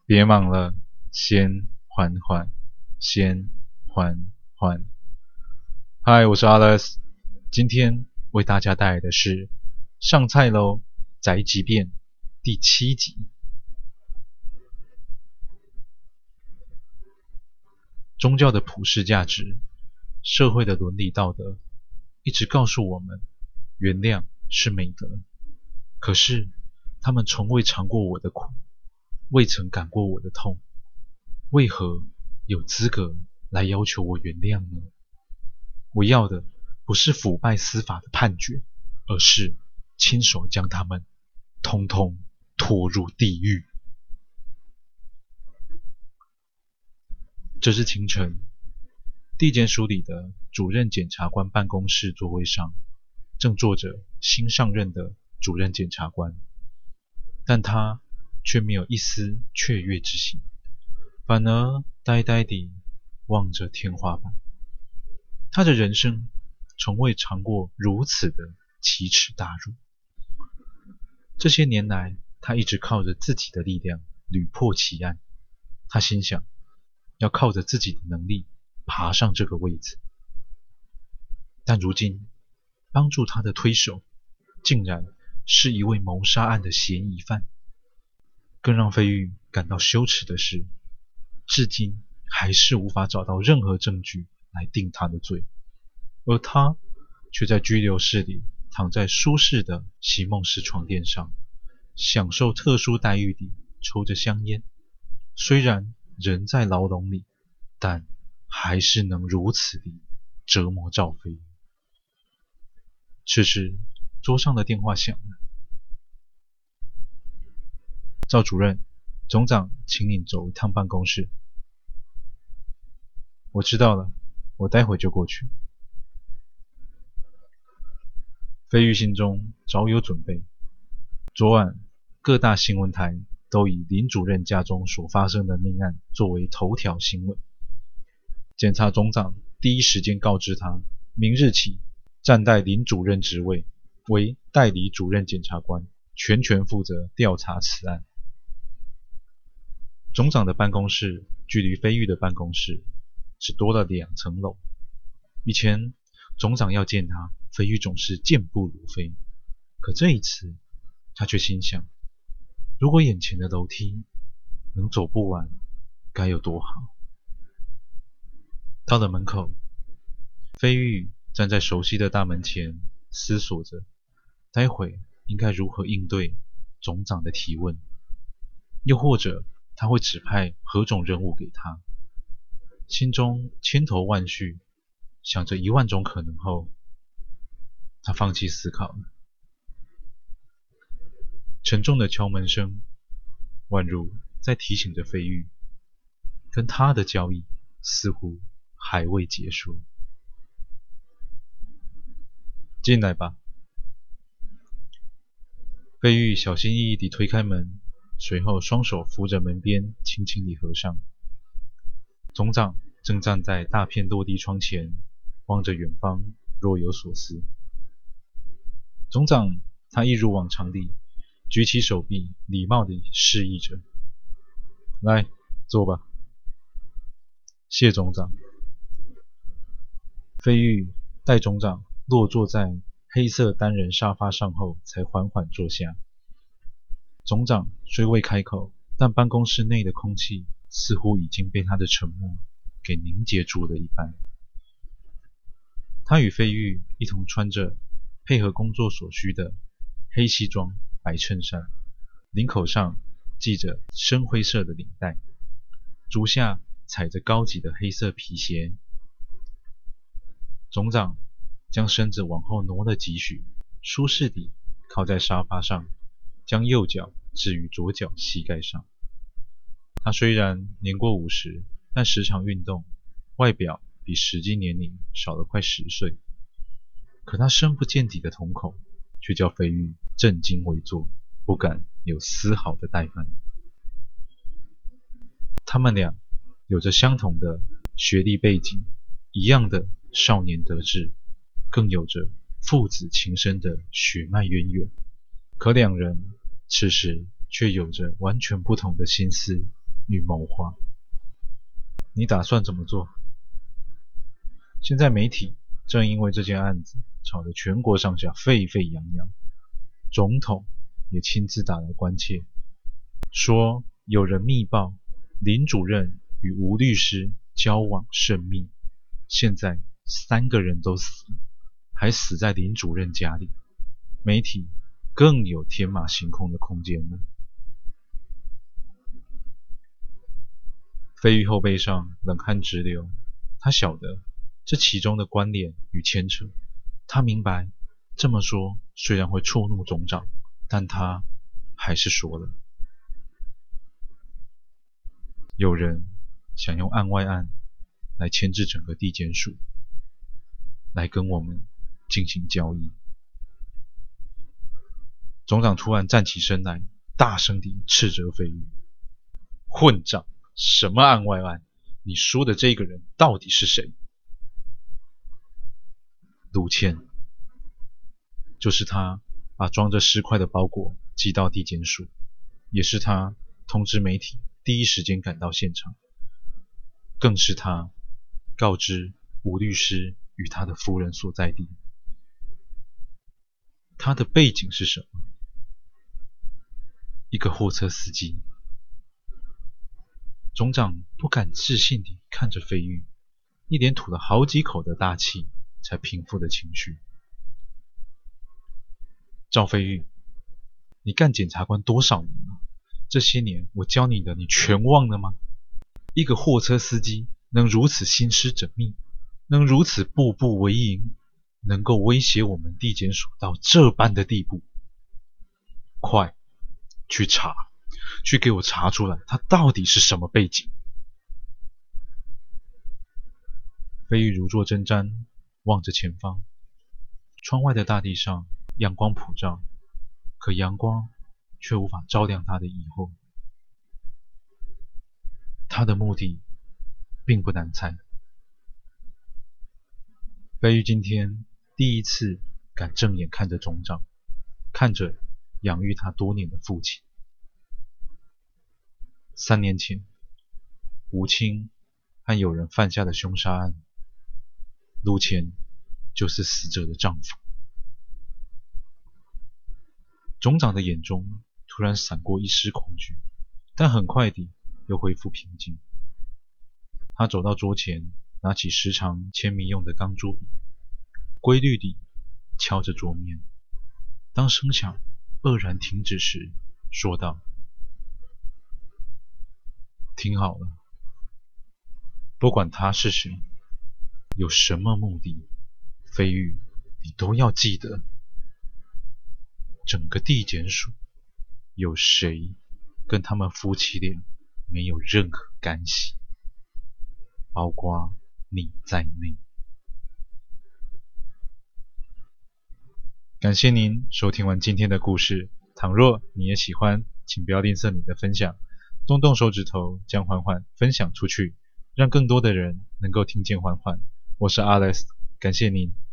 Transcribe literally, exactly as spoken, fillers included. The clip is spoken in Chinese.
别忙了，先缓缓，先缓缓。嗨，我是 Alex， 今天为大家带来的是上菜喽宅急便第七集。宗教的普世价值，社会的伦理道德，一直告诉我们，原谅是美德。可是，他们从未尝过我的苦，未曾感过我的痛，为何有资格来要求我原谅呢？我要的不是腐败司法的判决，而是亲手将他们通通拖入地狱。这是清晨，地检署里的主任检察官办公室座位上，正坐着新上任的主任检察官，但他却没有一丝雀跃之心，反而呆呆地望着天花板。他的人生从未尝过如此的奇耻大辱。这些年来，他一直靠着自己的力量屡破奇案。他心想，要靠着自己的能力爬上这个位置。但如今，帮助他的推手，竟然是一位谋杀案的嫌疑犯。更让飞玉感到羞耻的是，至今还是无法找到任何证据来定他的罪，而他却在拘留室里躺在舒适的席梦思床垫上，享受特殊待遇地抽着香烟。虽然人在牢笼里，但还是能如此地折磨赵飞。此时，桌上的电话响了。赵主任，总长请你走一趟办公室。我知道了，我待会就过去。飞玉心中早有准备。昨晚各大新闻台都以林主任家中所发生的命案作为头条新闻。检察总长第一时间告知他，明日起暂代林主任职位，为代理主任检察官，全权负责调查此案。总长的办公室距离飞玉的办公室只多了两层楼。以前总长要见他，飞玉总是健步如飞，可这一次他却心想，如果眼前的楼梯能走不完，该有多好。到了门口，飞玉站在熟悉的大门前，思索着待会应该如何应对总长的提问，又或者他会指派何种任务给他。心中千头万绪，想着一万种可能后，他放弃思考了。沉重的敲门声宛如在提醒着飞玉，跟他的交易似乎还未结束。进来吧。飞玉小心翼翼地推开门，随后双手扶着门边，轻轻地合上。总长正站在大片落地窗前，望着远方，若有所思。总长他一如往常地举起手臂，礼貌地示意着：“来，坐吧。”谢总长。飞玉待总长落坐在黑色单人沙发上后，才缓缓坐下。总长虽未开口，但办公室内的空气似乎已经被他的沉默给凝结住了一般。他与飞玉一同穿着配合工作所需的黑西装、白衬衫，领口上系着深灰色的领带，足下踩着高级的黑色皮鞋。总长将身子往后挪了几许，舒适地靠在沙发上，将右脚置于左脚膝盖上。他虽然年过五十，但时常运动，外表比实际年龄少了快十岁。可他深不见底的瞳孔，却叫飞玉震惊为坐，不敢有丝毫的怠慢。他们俩有着相同的学历背景，一样的少年得志，更有着父子情深的血脉渊源。可两人此时却有着完全不同的心思与谋划。你打算怎么做？现在媒体正因为这件案子吵得全国上下沸沸扬扬，总统也亲自打来关切，说有人密报林主任与吴律师交往甚密，现在三个人都死了，还死在林主任家里，媒体更有天马行空的空间了。飞鱼后背上冷汗直流，他晓得这其中的关联与牵扯，他明白这么说虽然会触怒总长，但他还是说了。有人想用案外案来牵制整个地检署，来跟我们进行交易。总长突然站起身来，大声地斥责飞鱼：混账！什么案外案？你说的这个人到底是谁？陆谦，就是他把装着尸块的包裹寄到地检署，也是他通知媒体第一时间赶到现场，更是他告知吴律师与他的夫人所在地。他的背景是什么？一个货车司机。总长不敢置信地看着飞玉，一连吐了好几口的大气，才平复了情绪。赵飞玉，你干检察官多少年了？这些年我教你的，你全忘了吗？一个货车司机能如此心思缜密，能如此步步为营，能够威胁我们地检署到这般的地步，快去查，去给我查出来他到底是什么背景。飞玉如坐针毡，望着前方，窗外的大地上阳光普照，可阳光却无法照亮他的以后。他的目的并不难猜。飞玉今天第一次敢正眼看着总长，看着养育他多年的父亲。三年前，吴清和友人犯下的凶杀案，陆谦就是死者的丈夫。总长的眼中突然闪过一丝恐惧，但很快地又恢复平静。他走到桌前，拿起时常签名用的钢珠笔，规律地敲着桌面。当声响愕然停止时，说道：听好了，不管他是谁，有什么目的，飞玉，你都要记得，整个地检署有谁跟他们夫妻俩没有任何干系，包括你在内。感谢您收听完今天的故事，倘若你也喜欢，请不要吝啬你的分享，动动手指头将缓缓分享出去，让更多的人能够听见缓缓。我是 Alex， 感谢您。